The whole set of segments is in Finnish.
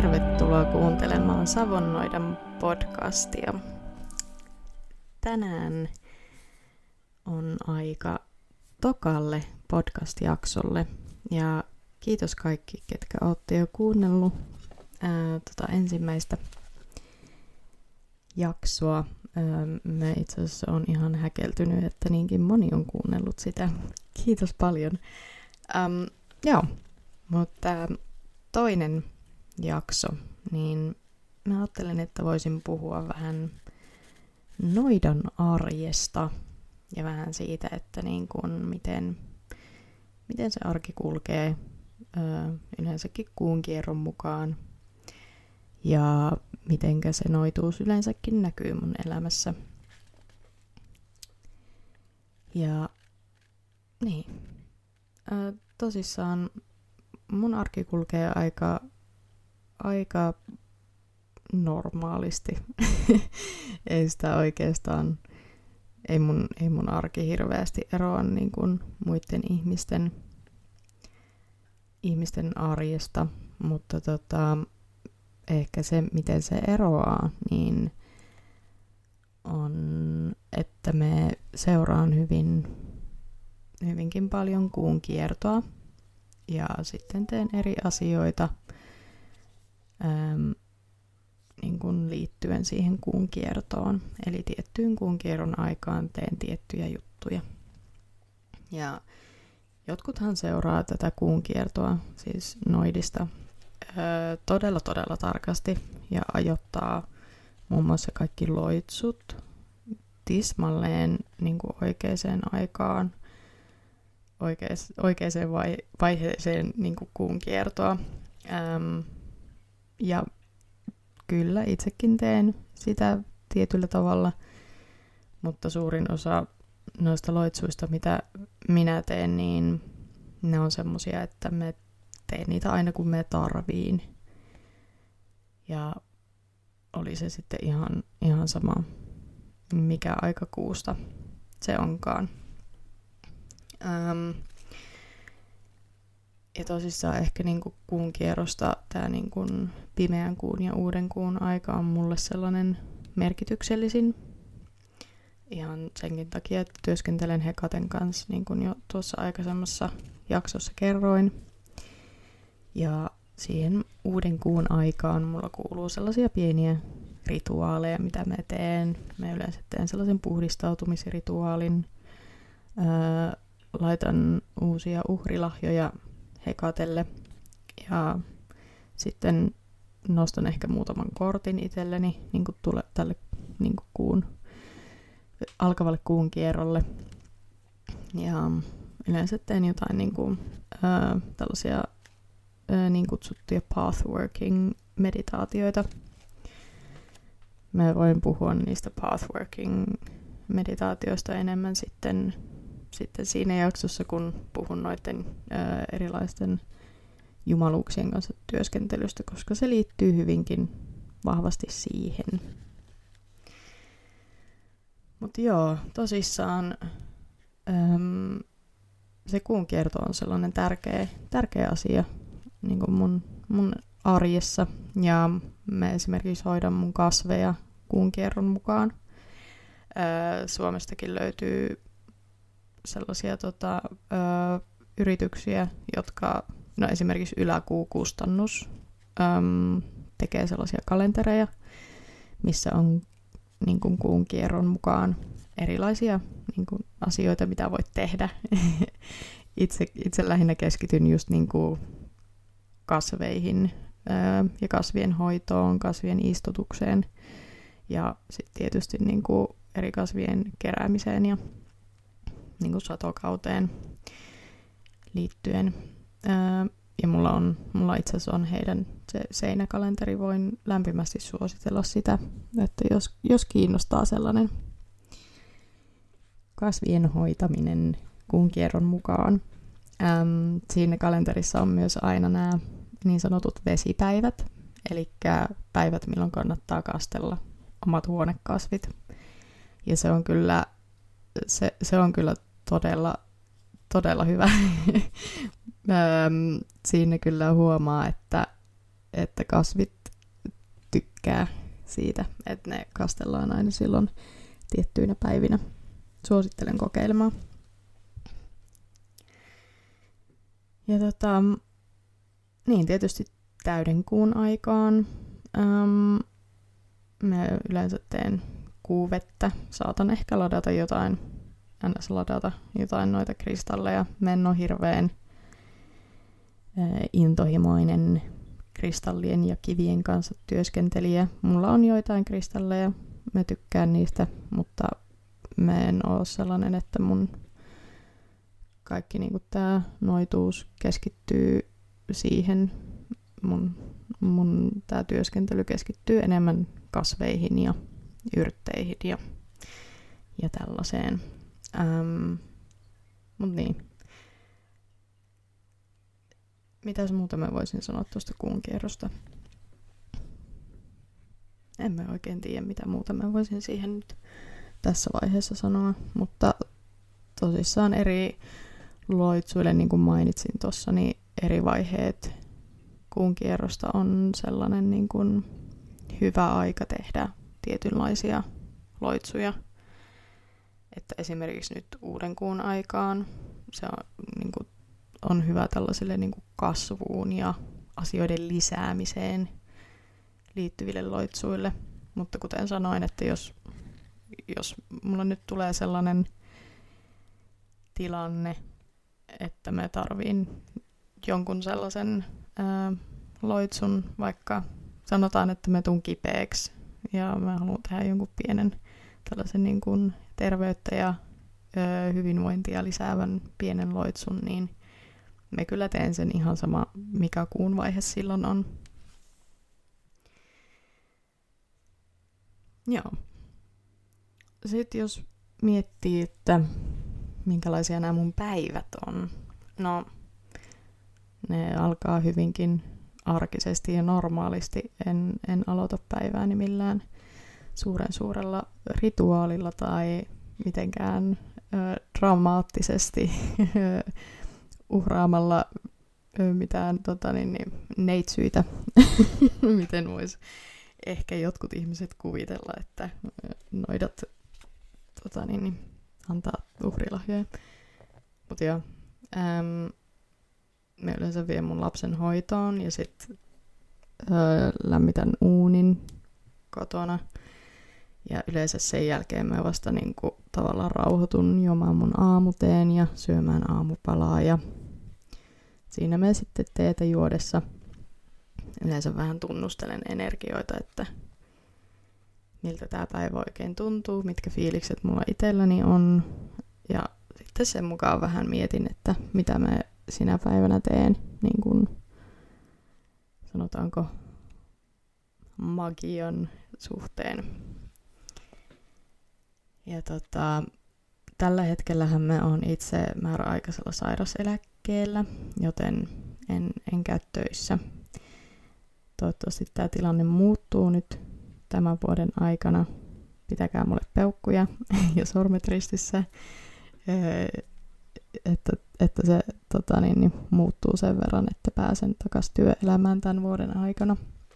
tervetuloa kuuntelemaan Savonnoidan podcastia. Tänään on aika tokalle podcast-jaksolle ja kiitos kaikki, ketkä olette jo kuunnellut ensimmäistä jaksoa. Mä itse asiassa on ihan häkeltynyt, että niinkin moni on kuunnellut sitä. Kiitos paljon. Mutta toinen jakso, niin mä ajattelen, että voisin puhua vähän noidan arjesta ja vähän siitä, että niin kuin miten se arki kulkee yleensäkin kuun kierron mukaan ja mitenkä se noituus yleensäkin näkyy mun elämässä. Ja niin, tosissaan mun arki kulkee aika normaalisti. Ei sitä oikeastaan, ei mun arki hirveästi eroa niin kuin muiden ihmisten arjesta, mutta ehkä se, miten se eroaa, niin on, että me seuraan hyvinkin paljon kuun kiertoa ja sitten teen eri asioita niin kuin liittyen siihen kuun kiertoon. Eli tiettyyn kuun kierron aikaan teen tiettyjä juttuja. Ja jotkuthan seuraa tätä kuun kiertoa, siis noidista, todella tarkasti ja ajoittaa muun muassa kaikki loitsut tismalleen niin kuin oikeaan aikaan, oikeaan vaiheeseen niin kuin kuun kiertoa. Ja kyllä itsekin teen sitä tietyllä tavalla, mutta suurin osa noista loitsuista, mitä minä teen, niin ne on semmosia, että me teen niitä aina kun me tarviin. Ja oli se sitten ihan sama, mikä aika kuusta se onkaan. Ja tosissaan ehkä niinku kuun kierrosta tämä niinku pimeän kuun ja uuden kuun aika on mulle sellainen merkityksellisin. Ihan senkin takia, että työskentelen Hekaten kanssa, niin kuin jo tuossa aikaisemmassa jaksossa kerroin. Ja siihen uuden kuun aikaan mulla kuuluu sellaisia pieniä rituaaleja, mitä mä teen. Mä yleensä teen sellaisen puhdistautumisrituaalin. Laitan uusia uhrilahjoja Hekatelle ja sitten nostan ehkä muutaman kortin itselleni niin kuin tälle niin kuin alkavalle kuun kierrolle. Ja yleensä teen jotain niin kuin, tällaisia niin kutsuttuja pathworking meditaatioita. Mä voin puhua niistä pathworking meditaatioista enemmän sitten siinä jaksossa, kun puhun noiden erilaisten jumaluuksien kanssa työskentelystä, koska se liittyy hyvinkin vahvasti siihen. Mutta joo, tosissaan se kuun kierto on sellainen tärkeä asia niin kuin mun arjessa. Ja mä esimerkiksi hoidan mun kasveja kuun kierron mukaan. Suomestakin löytyy sellaisia yrityksiä, jotka, no esimerkiksi Yläkuukustannus tekee sellaisia kalentereja, missä on niin kuin kuun kierron mukaan erilaisia niin kuin asioita, mitä voit tehdä. Itse lähinnä keskityn just niin kuin kasveihin ja kasvien hoitoon, kasvien istutukseen ja sitten tietysti niin kuin eri kasvien keräämiseen ja niin kuin satokauteen liittyen. Ja mulla itse asiassa on heidän se seinäkalenteri, voin lämpimästi suositella sitä, että jos kiinnostaa sellainen kasvien hoitaminen kuun kierron mukaan. Siinä kalenterissa on myös aina nämä niin sanotut vesipäivät, eli päivät, milloin kannattaa kastella omat huonekasvit. Ja se on kyllä todella hyvä. Siinä kyllä huomaa, että että kasvit tykkää siitä, että ne kastellaan aina silloin tiettyinä päivinä. Suosittelen kokeilemaan. Ja niin tietysti täydenkuun aikaan mä yleensä teen kuuvettä. Saatan ehkä ladata jotain noita kristalleja. Mä en ole hirveän intohimoinen kristallien ja kivien kanssa työskentelijä. Mulla on joitain kristalleja, mä tykkään niistä, mutta mä en ole sellainen, että mun kaikki niinku tää noituus keskittyy siihen. Mun tää työskentely keskittyy enemmän kasveihin ja yrtteihin ja tällaiseen. Mut niin. Mitäs muuta mä voisin sanoa tuosta kuun kierrosta? En mä oikein tiedä, mitä muuta mä voisin siihen nyt tässä vaiheessa sanoa, mutta tosissaan eri loitsuille, niin kuin mainitsin tuossa, niin eri vaiheet kuun kierrosta on sellainen niin kuin hyvä aika tehdä tietynlaisia loitsuja. Että esimerkiksi nyt uuden kuun aikaan se on hyvä tällaiselle niin kuin kasvuun ja asioiden lisäämiseen liittyville loitsuille. Mutta kuten sanoin, että jos mulla nyt tulee sellainen tilanne, että mä tarviin jonkun sellaisen loitsun, vaikka sanotaan, että mä tuun kipeäksi ja mä haluan tehdä jonkun pienen tällaisen niin kuin terveyttä ja hyvinvointia lisäävän pienen loitsun, niin mä kyllä teen sen ihan sama, mikä kuun vaihe silloin on. Joo. Sitten jos miettii, että minkälaisia nämä mun päivät on. No, ne alkaa hyvinkin arkisesti ja normaalisti. En aloita päivääni millään suurella rituaalilla tai mitenkään dramaattisesti uhraamalla mitään neitsyitä, miten vois ehkä jotkut ihmiset kuvitella, että noidat antaa uhrilahjoja. Mutta joo, mä yleensä vien mun lapsen hoitoon ja sit lämmitän uunin kotona. Ja yleensä sen jälkeen mä vasta niinku tavallaan rauhoitun juomaan mun aamuteen ja syömään aamupalaa. Ja siinä mä sitten teetä juodessa yleensä vähän tunnustelen energioita, että miltä tää päivä oikein tuntuu, mitkä fiilikset mulla itselläni on. Ja sitten sen mukaan vähän mietin, että mitä mä sinä päivänä teen, niin kuin sanotaanko magian suhteen. Ja tällä hetkellähän mä oon itse määräaikaisella sairaseläkkeellä, joten en käy töissä. Toivottavasti tämä tilanne muuttuu nyt tämän vuoden aikana. Pitäkää mulle peukkuja ja sormet ristissä, että se muuttuu sen verran, että pääsen takaisin työelämään tämän vuoden aikana.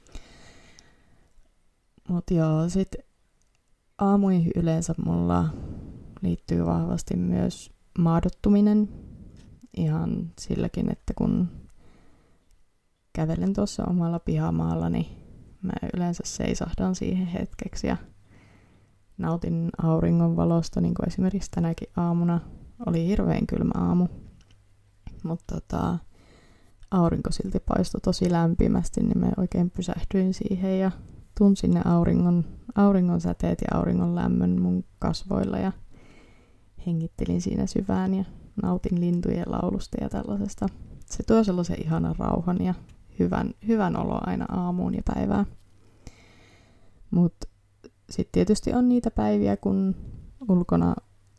Mutta joo, sitten aamuihin yleensä mulla liittyy vahvasti myös maadottuminen. Ihan silläkin, että kun kävelen tuossa omalla pihamaalla, niin mä yleensä seisahdan siihen hetkeksi ja nautin auringon valosta, niin kuin esimerkiksi tänäkin aamuna. Oli hirveän kylmä aamu, mutta aurinko silti paistoi tosi lämpimästi, niin mä oikein pysähdyin siihen ja tunsin ne auringon säteet ja auringon lämmön mun kasvoilla ja hengittelin siinä syvään ja nautin lintujen laulusta ja tällaisesta. Se tuo sellaisen ihanan rauhan ja hyvän olo aina aamuun ja päivään. Mutta sitten tietysti on niitä päiviä, kun ulkona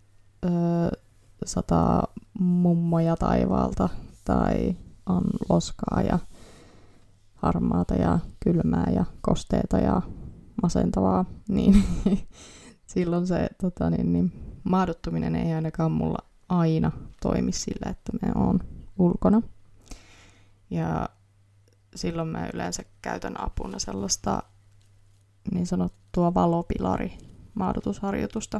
sataa mummoja taivaalta tai on loskaa ja harmaata ja kylmää ja kosteeta ja masentavaa, niin silloin se maadottuminen ei ainakaan mulla aina toimi sillä, että mä oon ulkona. Ja silloin mä yleensä käytän apuna sellaista niin sanottua valopilari-maadotusharjoitusta.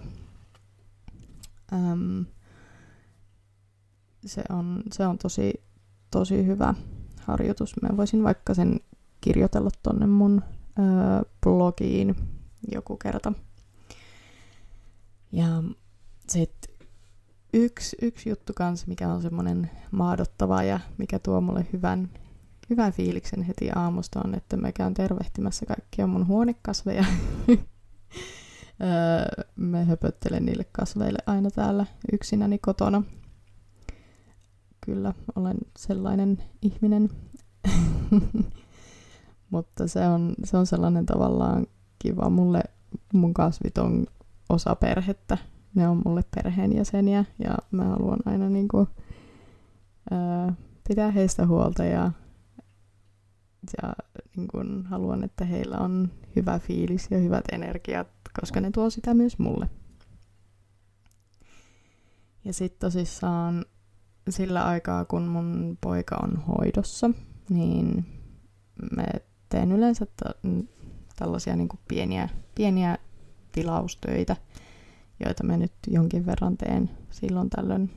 Se on tosi hyvä harjoitus. Mä voisin vaikka sen kirjoitella tonne mun blogiin joku kerta. Ja sitten yksi juttu kanssa, mikä on semmoinen maadottava ja mikä tuo mulle hyvän fiiliksen heti aamusta on, että mä käyn tervehtimässä kaikkia mun huonekasveja. Mä höpöttelen niille kasveille aina täällä yksinäni kotona. Kyllä, olen sellainen ihminen. Mutta se on sellainen tavallaan kiva. Mun kasvit on osa perhettä. Ne on mulle perheenjäseniä ja mä haluan aina niinku, pitää heistä huolta ja niinku, haluan, että heillä on hyvä fiilis ja hyvät energiat, koska ne tuo sitä myös mulle. Ja sitten tosissaan sillä aikaa, kun mun poika on hoidossa, niin mä teen yleensä tällaisia niinku pieniä tilaustöitä, joita mä nyt jonkin verran teen silloin tällöin,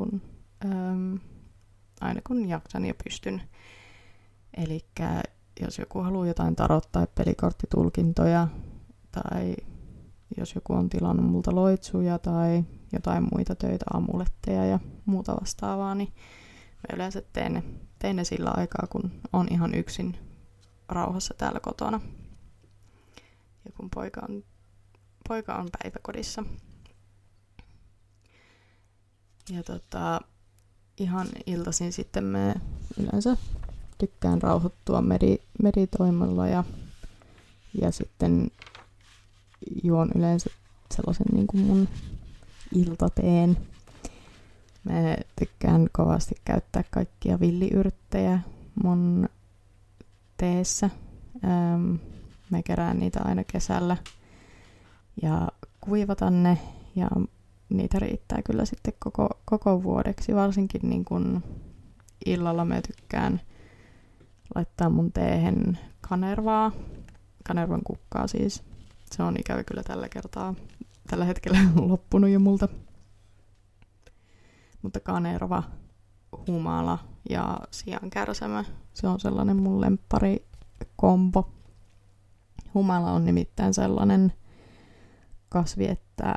aina kun jaksan ja pystyn. Elikkä jos joku haluaa jotain tarot- tai pelikorttitulkintoja, tai jos joku on tilannut multa loitsuja tai jotain muita töitä, amuletteja ja muuta vastaavaa, niin mä yleensä teen ne sillä aikaa, kun on ihan yksin rauhassa täällä kotona. Ja kun poika on päiväkodissa. Ja ihan iltaisin sitten mä yleensä tykkään rauhoittua meditoimalla ja sitten juon yleensä sellaisen niin kuin mun iltateen. Mä tykkään kovasti käyttää kaikkia villiyrttejä mun teessä. Mä kerään niitä aina kesällä ja kuivatan ne ja niitä riittää kyllä sitten koko vuodeksi. Varsinkin niin kun illalla mä tykkään laittaa mun teehen kanervan kukkaa siis. Se on ikävä kyllä tällä hetkellä loppunut jo multa. Mutta kanerva, humala ja siankärsämä, se on sellainen mun lempparikombo. Humala on nimittäin sellainen kasvi, että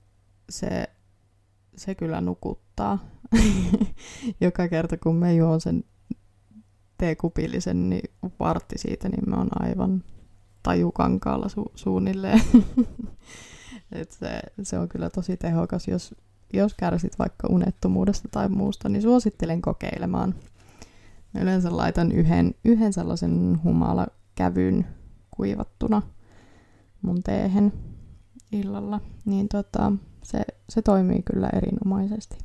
se kyllä nukuttaa. Joka kerta kun mä juon sen teekupillisen niin vartti siitä, niin mä oon aivan tajukankaalla suunnilleen. Et se on kyllä tosi tehokas. Jos kärsit vaikka unettomuudesta tai muusta, niin suosittelen kokeilemaan. Mä yleensä laitan yhden sellaisen humalakävyn kuivattuna mun teehen illalla, niin se toimii kyllä erinomaisesti.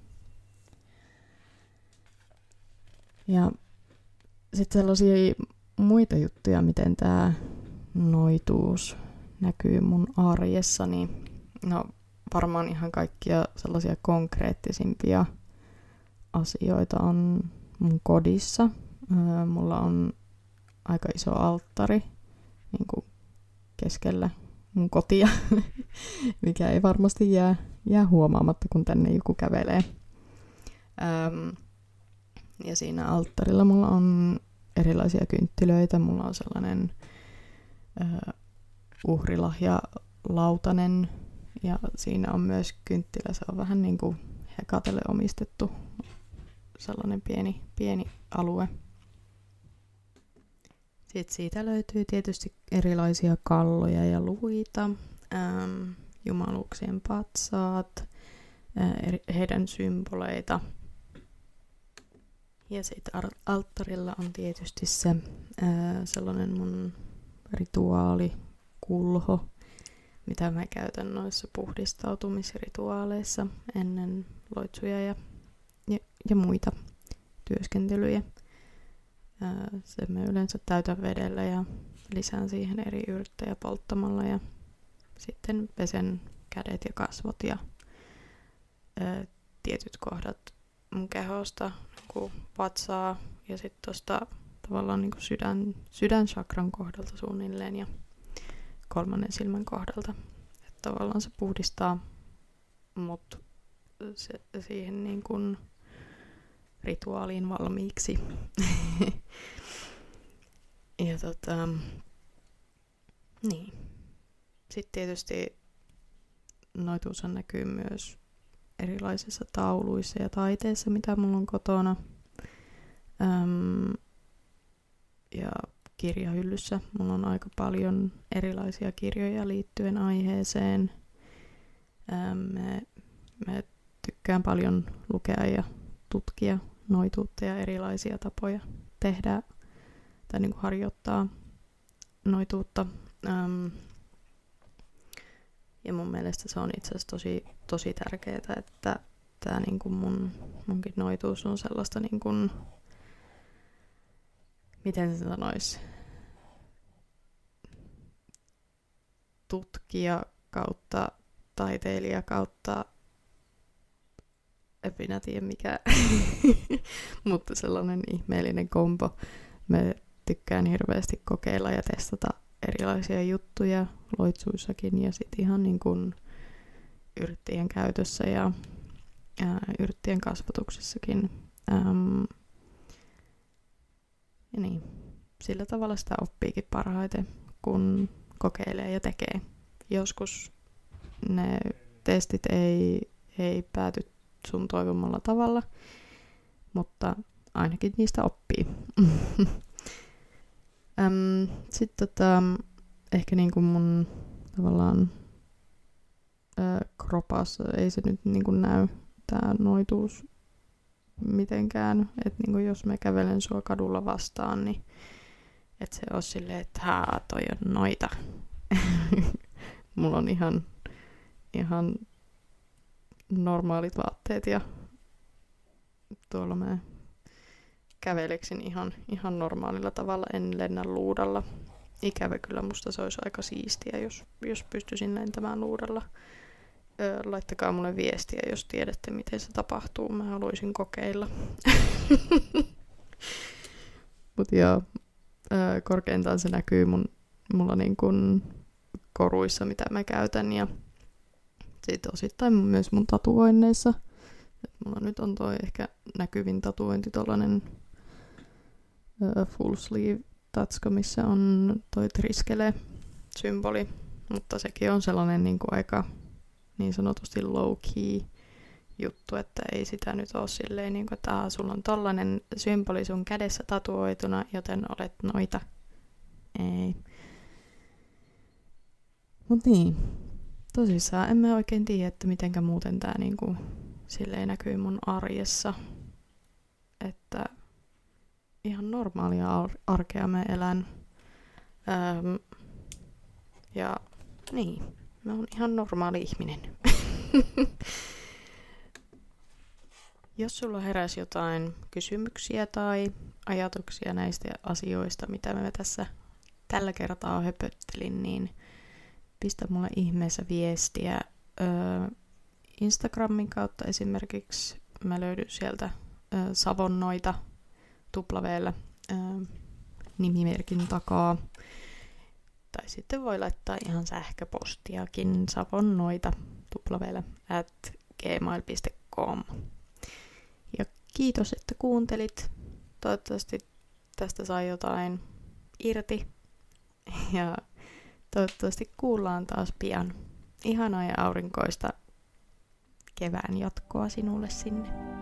Ja sitten sellaisia muita juttuja, miten tää noituus näkyy mun arjessa, niin no varmaan ihan kaikkia sellaisia konkreettisimpia asioita on mun kodissa. Mulla on aika iso alttari niin kuin keskellä mun kotia, mikä ei varmasti jää huomaamatta, kun tänne joku kävelee. Ja siinä alttarilla mulla on erilaisia kynttilöitä. Mulla on sellainen uhrilahjalautanen ja siinä on myös kynttilä. Se on vähän niin kuin Hekatelle omistettu sellainen pieni alue. Sitten siitä löytyy tietysti erilaisia kalloja ja luita, jumaluksien patsaat, heidän symboleita. Ja sitten alttarilla on tietysti se sellainen mun rituaalikulho, mitä mä käytän noissa puhdistautumisrituaaleissa ennen loitsuja ja muita työskentelyjä. Se mä yleensä täytän vedellä ja lisään siihen eri yrttejä polttamalla ja sitten pesen kädet ja kasvot ja tietyt kohdat mun kehosta, niin vatsaa ja sitten tavallaan niin kuin sydänchakran kohdalta suunnilleen ja 3. silmän kohdalta. Että tavallaan se puhdistaa mut siihen niin kuin rituaaliin valmiiksi. Ja niin. Sitten tietysti noituushan näkyy myös erilaisissa tauluissa ja taiteissa, mitä mulla on kotona. Ja kirjahyllyssä mulla on aika paljon erilaisia kirjoja liittyen aiheeseen. Mä tykkään paljon lukea ja tutkia noituutta ja erilaisia tapoja tehdä tai niin kuin harjoittaa noituutta. Ja mun mielestä se on itse asiassa tosi tärkeää, että tää niin kuin munkin noituus on sellaista niin kuin, miten se sanoisi, tutkija kautta taiteilija kautta, en minä tiedä mikä, mutta sellainen ihmeellinen kombo. Mä tykkään hirveästi kokeilla ja testata erilaisia juttuja loitsuissakin ja sit ihan niin kuin yrttien käytössä ja yrttien kasvatuksessakin. Ja niin, sillä tavalla sitä oppiikin parhaiten, kun kokeilee ja tekee. Joskus ne testit ei pääty sun toivomalla tavalla, mutta ainakin niistä oppii. Sitten ehkä niin kuin mun tavallaan kropassa ei se nyt niin kuin näy tää noituus mitenkään. Että niin kuin jos mä kävelen sua kadulla vastaan, niin et se on silleen, että toi on noita. Mulla on ihan normaalit vaatteet ja tuolla mä käveleksin ihan normaalilla tavalla, en lennä luudalla. Ikävä kyllä, musta se olisi aika siistiä, jos pystyisin lentämään luudalla. Laittakaa mulle viestiä, jos tiedätte, miten se tapahtuu. Mä haluaisin kokeilla. Mut joo, korkeintaan se näkyy mulla niin kuin koruissa, mitä mä käytän. Ja sitten osittain myös mun tatuoinneissa. Mulla nyt on toi ehkä näkyvin tatuointi, tollanen full sleeve tatska, missä on toi triskele-symboli. Mutta sekin on sellainen niin kuin aika niin sanotusti low key juttu, että ei sitä nyt ole silleen, niin kuin, että sulla on tollanen symboli sun kädessä tatuoituna, joten olet noita. Ei. Mut niin, tosissaan en mä oikein tiedä, että mitenkä muuten tää niinku silleen näkyy mun arjessa. Että ihan normaalia arkea mä elän. Ja niin, mä oon ihan normaali ihminen. Jos sulla heräsi jotain kysymyksiä tai ajatuksia näistä asioista, mitä mä tässä tällä kertaa höpöttelin, niin pistä mulle ihmeessä viestiä Instagramin kautta esimerkiksi. Mä löydyn sieltä Savonnoita tuplaveellä nimimerkin takaa. Tai sitten voi laittaa ihan sähköpostiakin savonnoita tuplaveellä @gmail.com. Ja kiitos, että kuuntelit. Toivottavasti tästä sai jotain irti. Ja toivottavasti kuullaan taas pian. Ihanaa ja aurinkoista kevään jatkoa sinulle sinne.